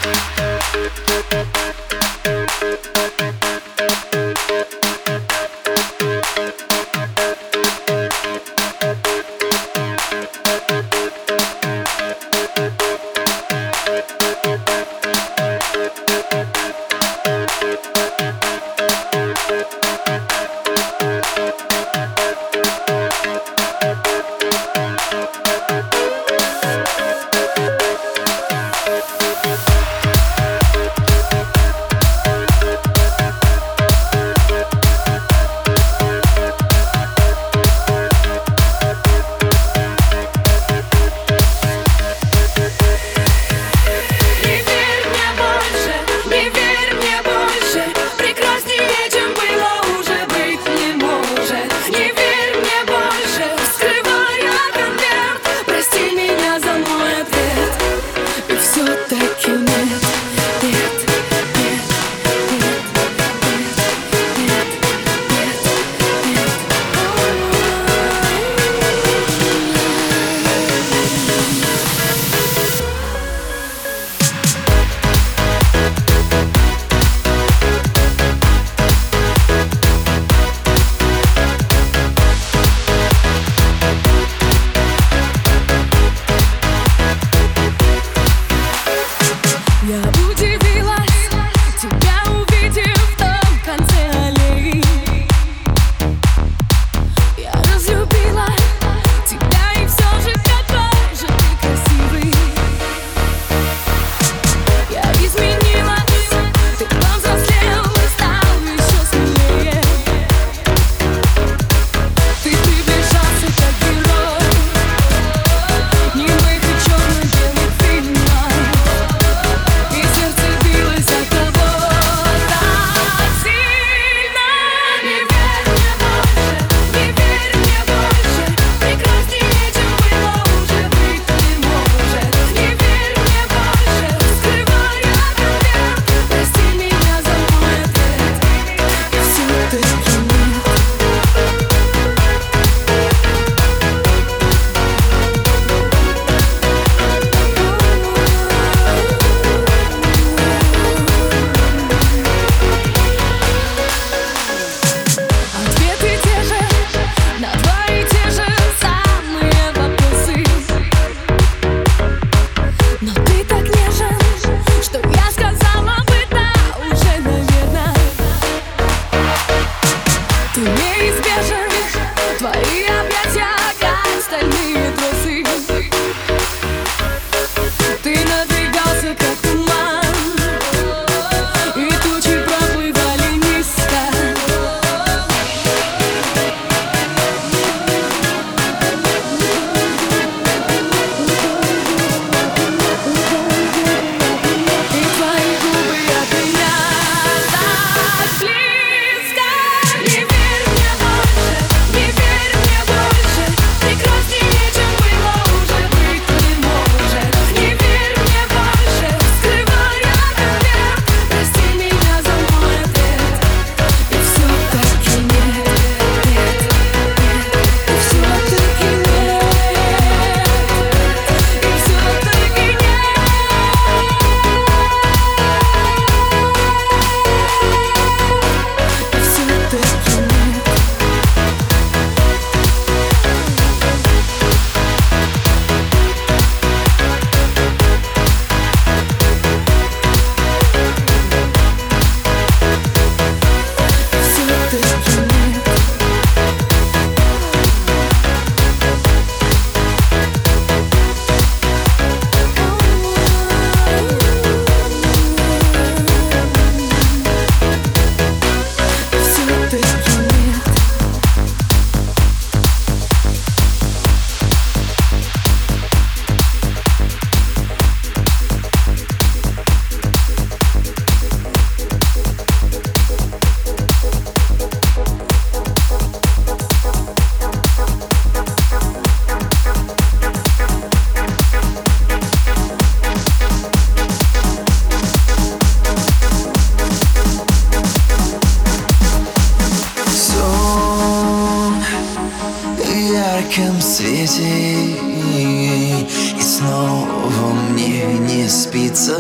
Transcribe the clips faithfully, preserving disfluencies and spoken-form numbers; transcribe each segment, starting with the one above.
ярком свете, и снова мне не спится.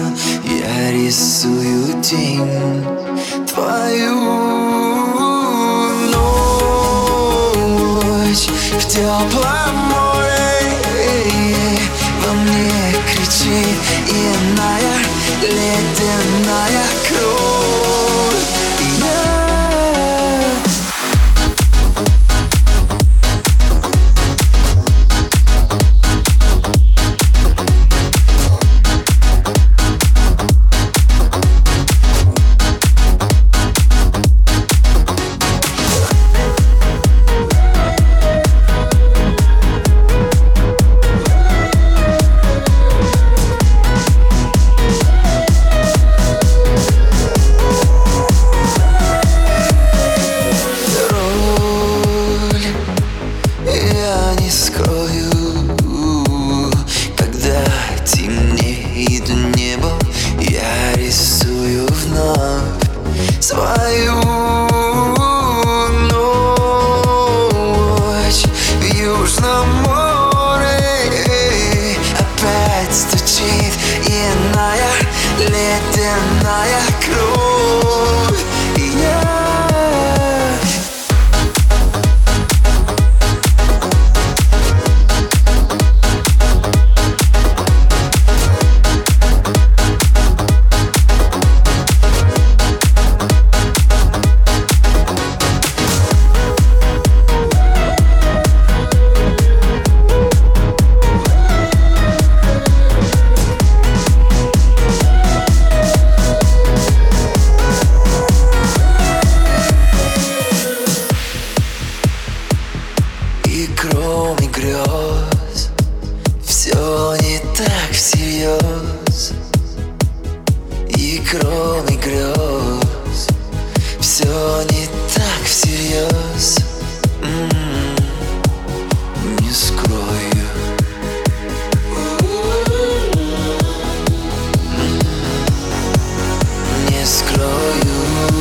я рисую тень твою. Ночь в теплом море во мне кричит иная ледяная кровь. Свою ночь в Южном море опять стучит иная ледяная кровь. И я И кроме грез все не так всерьез. И кроме грез все не так всерьез. М-м-м, не скрою. М-м-м, не скрою.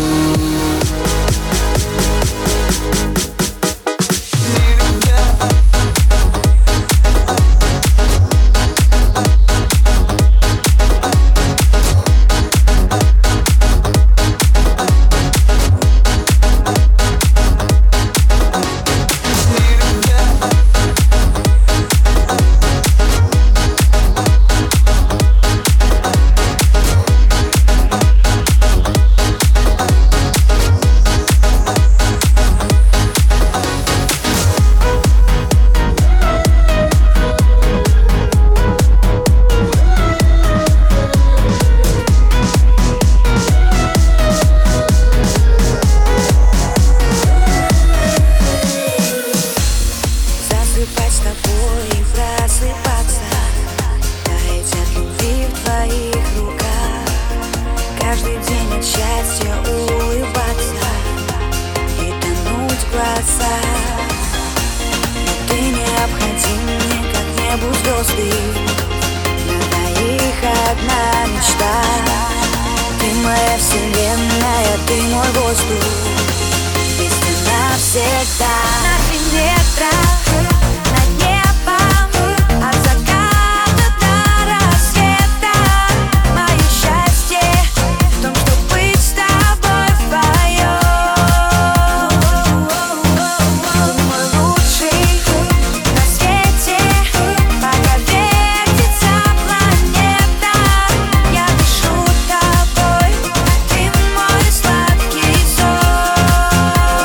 Засыпать с тобой и просыпаться, таять от любви в твоих руках. Каждый день от счастья улыбаться и тонуть в глазах. Но ты необходим мне, как небу звезды. На двоих одна мечта. Ты моя вселенная, ты мой воздух. Без тебя навсегда. На три метра над небом, от заката до рассвета. Мое счастье в том, что быть с тобой вдвоем. Ты мой лучший на свете, пока вертится планета. Я дышу тобой, ты мой сладкий сон.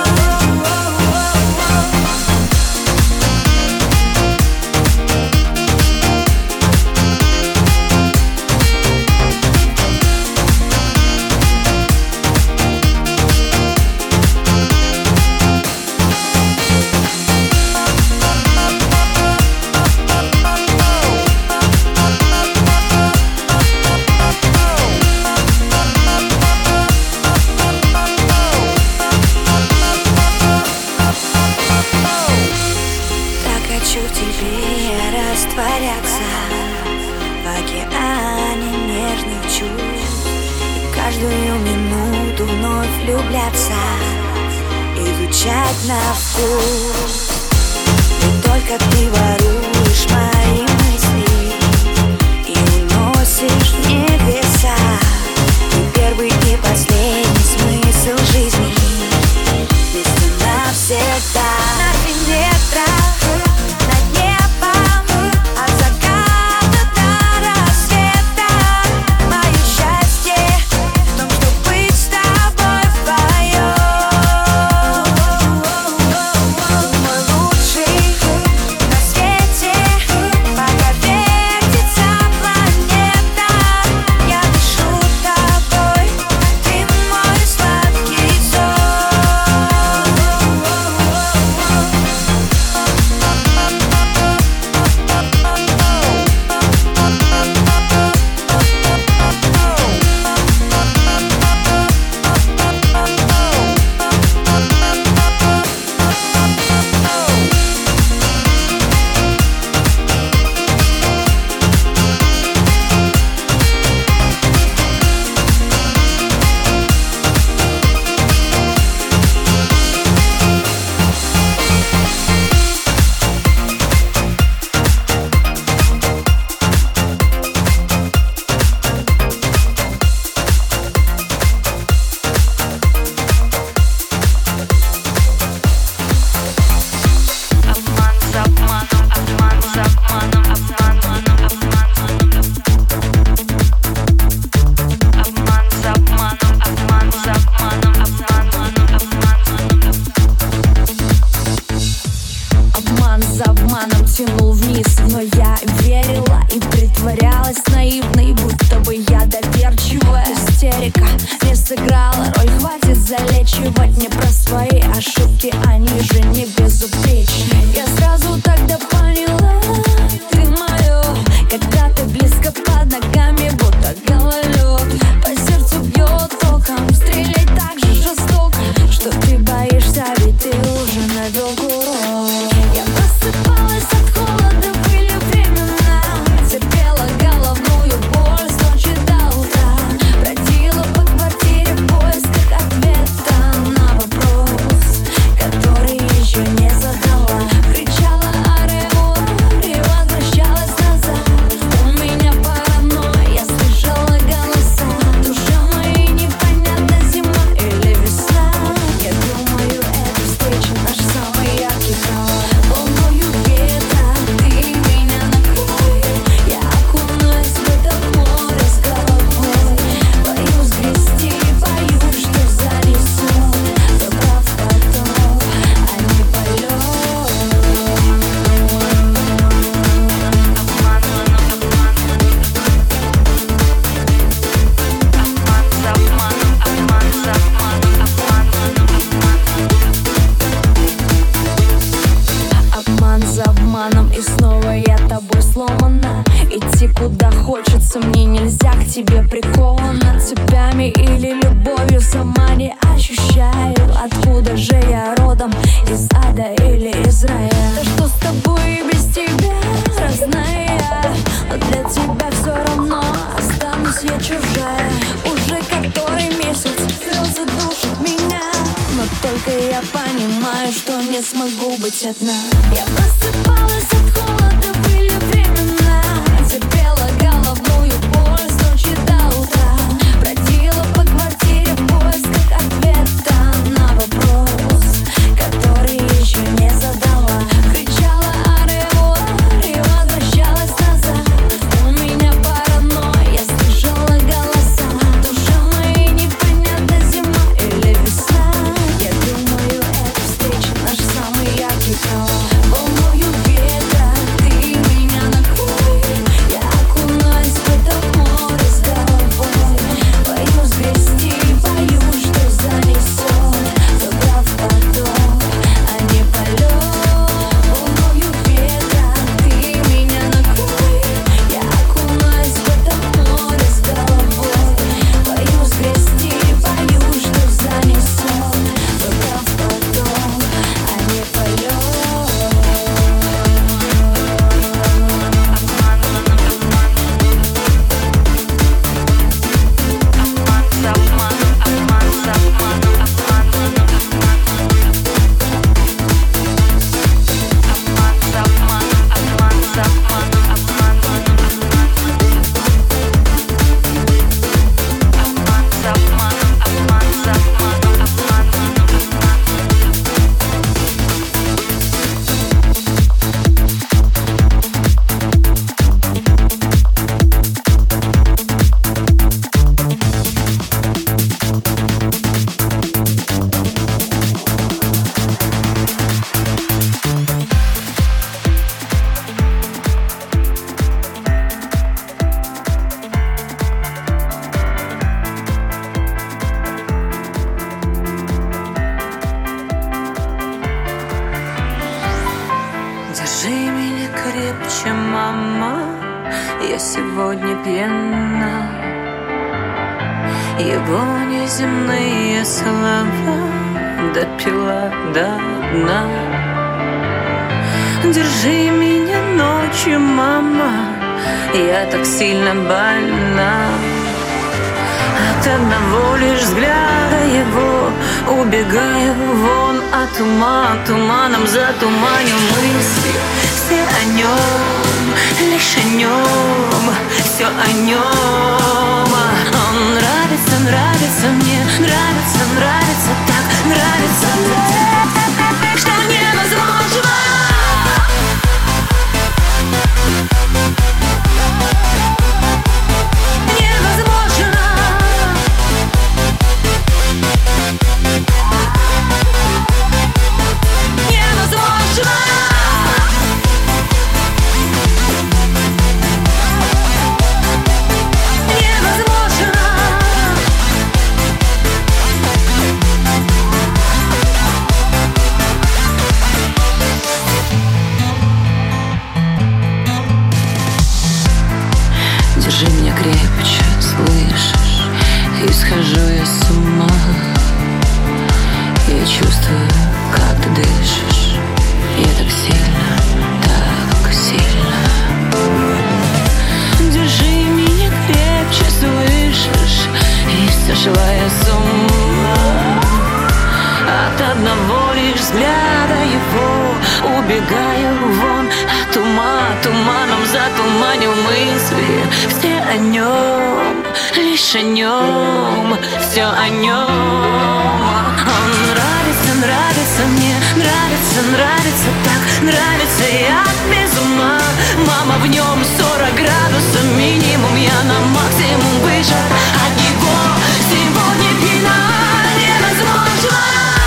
Хочу в тебе растворяться в океане нежных чувств. И каждую минуту вновь влюбляться, изучать на вкус. И только ты воруешь мои мысли и уносишь в небеса. сыграла роль. Хватит залечивать мне про свои ошибки, они же не безупречны. Я сразу тогда поняла, ты моё, когда ты близко под ногами, будто гололед. По сердцу бьет током, стрелять так же жестоко, что ты боишься, ведь ты уже навел курок. Я просыпалась от холода, были времена, терпела головную боль с ночи до утра, бродила по квартире в поисках ответа на вопрос, который еще не задала. Кричала ореол и возвращалась назад. У меня паранойя, я слышала голоса. Душа моя, непонятно, зима или весна. Я думаю, эта встреча наш самый яркий провал. Волною ветра ты меня накрой, я окунусь в это море с головой. Боюсь грести, боюсь, что занесет, забрав потом, а не полет. Обман за обманом, и снова я тобой сломана. Идти куда хочется, мне нельзя к тебе прикована. Цепями или любовью, сама не ощущаю. Откуда же я родом, из ада или из рая? Да что с тобой и без тебя, разная я, но для тебя все равно останусь я чужая. Уже который месяц слезы душат меня, но только я понимаю, что не смогу быть одна. Я просыпалась от холода, были времена, терпела головную боль с ночи до утра, бродила по квартире в поисках ответа на вопрос, который еще не задала. Кричала ореол и возвращалась назад. У меня паранойя, я слышала голоса. Душа моя, непонятно, зима или весна. Я думаю, эта встреча наш самый яркий провал. Волною ветра ты меня накрой, я окунусь в это море с головой. Боюсь грести, боюсь, что занесет, забрав потом, а не полет. Волною ветра ты меня накрой, я окунусь в это море с головой. Боюсь грести, боюсь, что занесет, забрав потом, а не полет. Держи меня крепче, мама, я сегодня пьяна. Его неземные слова допила до дна. Держи меня ночью, мама, я так сильно больна. От одного лишь взгляда его убегаю вон от ума. Туманом затуманю мысли, все о нем, лишь о нем, все о нем. Он нравится, нравится мне, нравится, нравится так, нравится так, что невозможно. Невозможно. сошла я с ума от одного лишь взгляда его. Убегаю вон от ума, туманом затуманил мысли. Все о нем, лишь о нем, все о нем. Он нравится, нравится мне, нравится, нравится так, нравится я без ума. Мама, в нем сорок градусов минимум, я на максимум выше от него. Сегодня пина невозможно.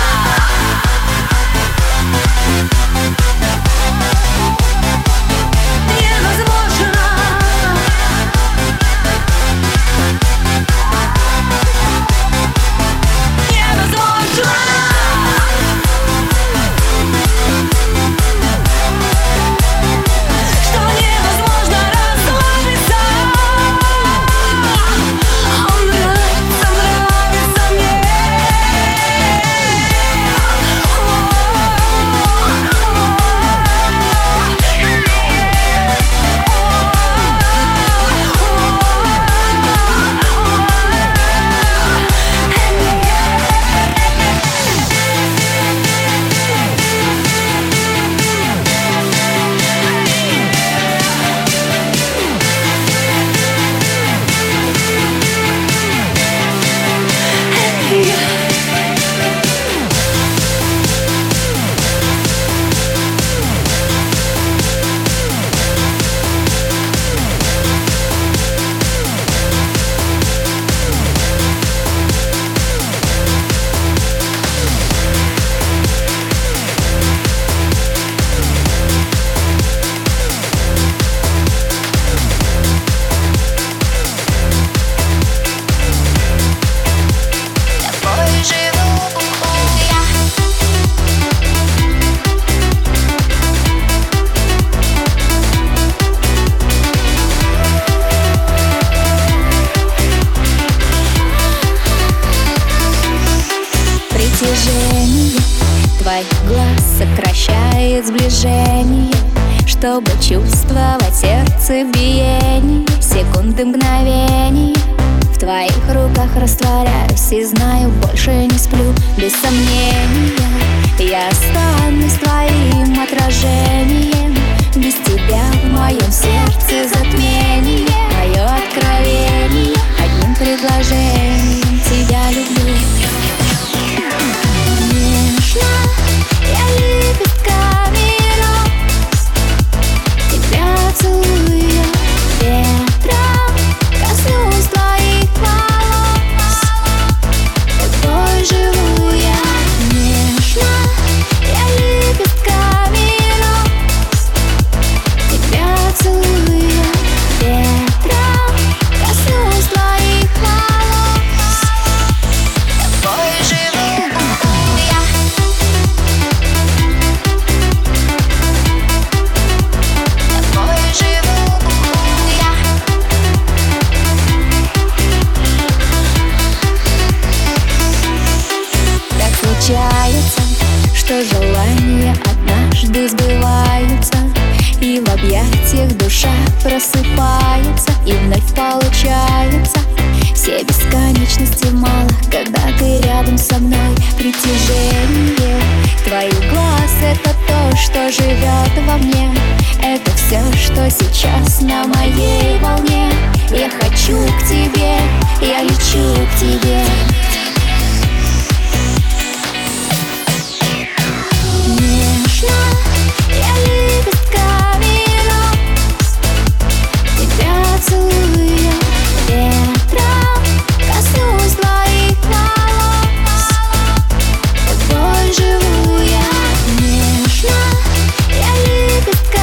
Твой глаз сокращает сближение, чтобы чувствовать сердце в биении. Секунды, мгновений в твоих руках растворяюсь и знаю, больше не сплю. Без сомнения я останусь твоим отражением. Без тебя в моем сердце затмение. Мое откровение одним предложением: тебя люблю. Я лепестками роз тебя целую, ветром коснусь твоих волос. Тобой живу я нежно. Я лепестками роз тебя целую, ветром коснусь твоих волос. Тобой живу. Что желания однажды сбываются, и в объятиях душа просыпается, и вновь получается. Все бесконечности мало, когда ты рядом со мной. Притяжение твоих глаз — это то, что живет во мне. Это все, что сейчас на моей волне. Я хочу к тебе, я лечу к тебе. Я лепестками роз тебя целую, ветром коснусь твоих волос. Тобой живу я нежно. Я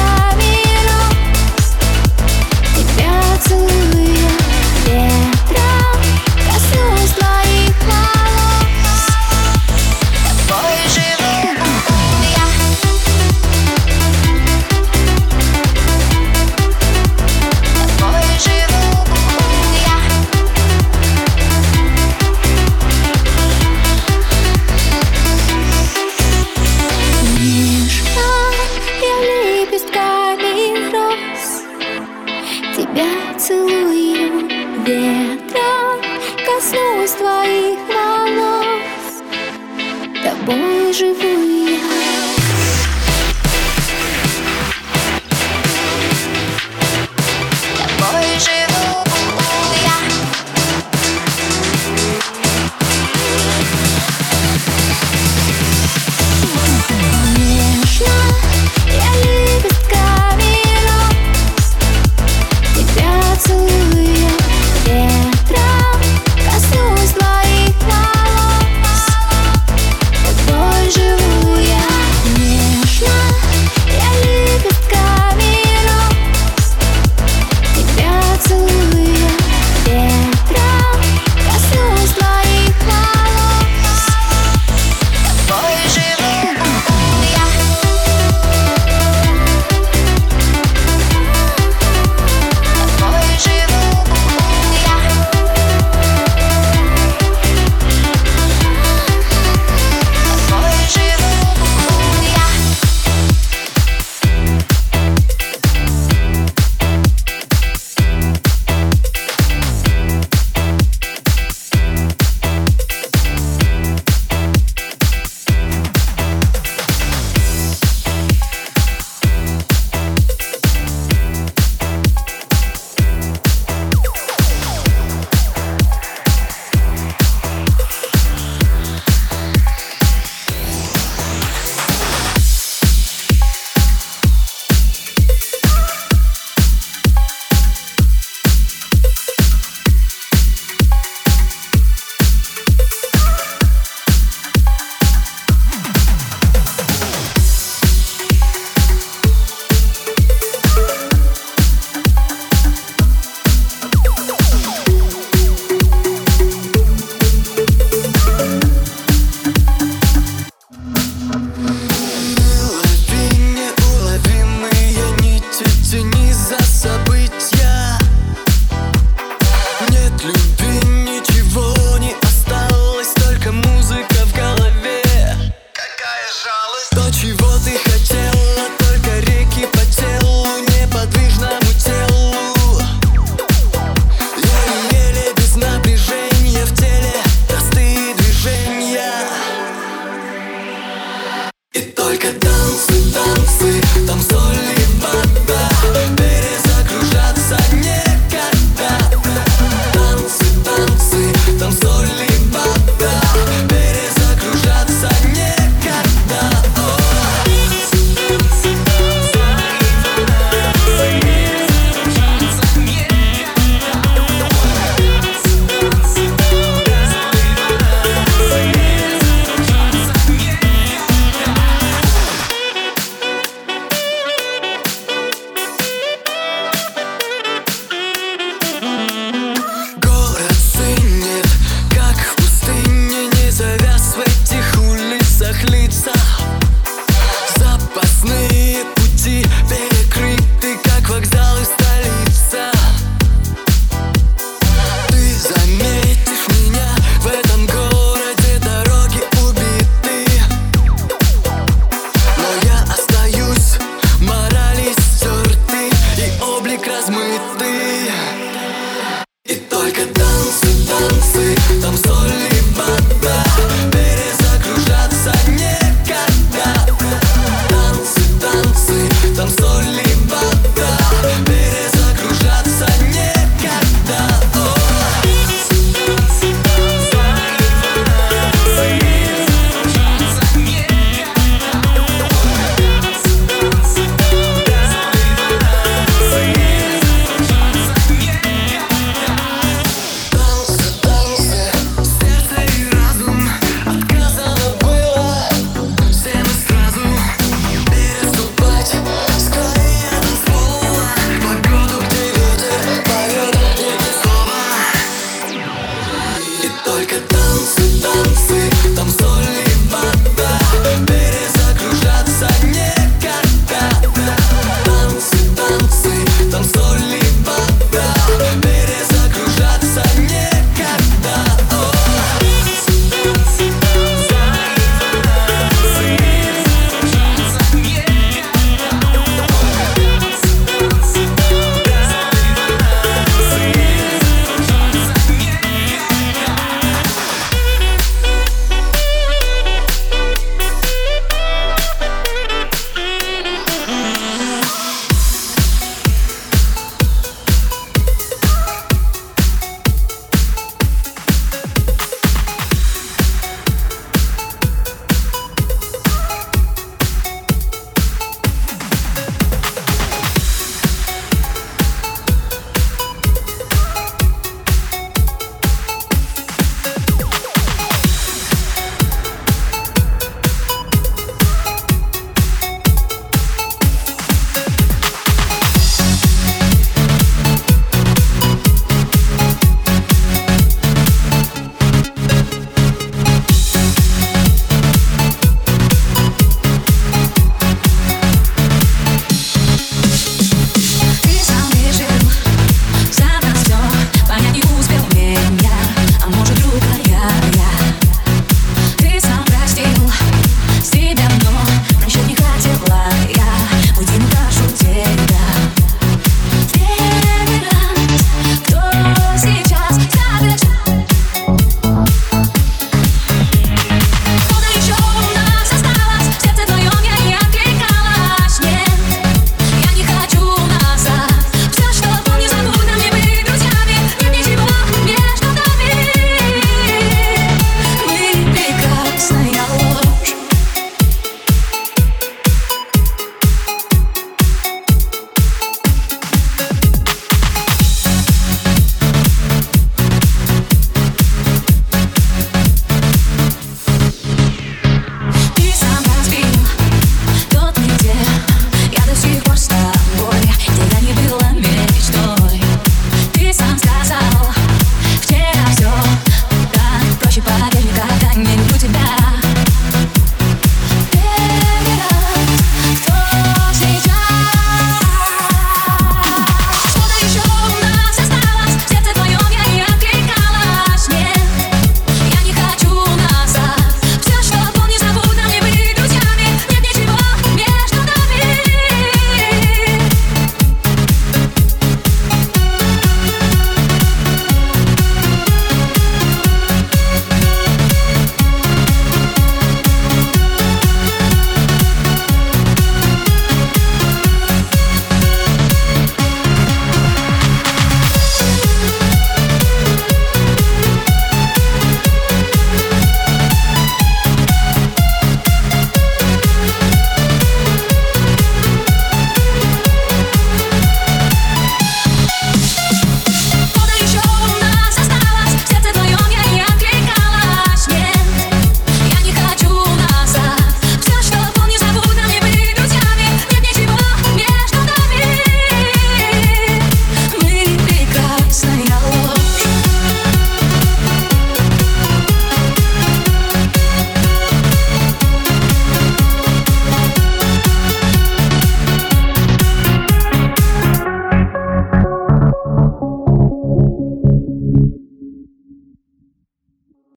лепестками роз тебя целую, ветром тобой живу я. Тобой живу я. Нежно я лепестками роз тебя целую, ветром коснусь твоих волос. Тобой живу я. Нежно я лепестками роз тебя целую, ветром коснусь твоих волос. Тобой живу я. Тобой живу я. Тобой живу я. Только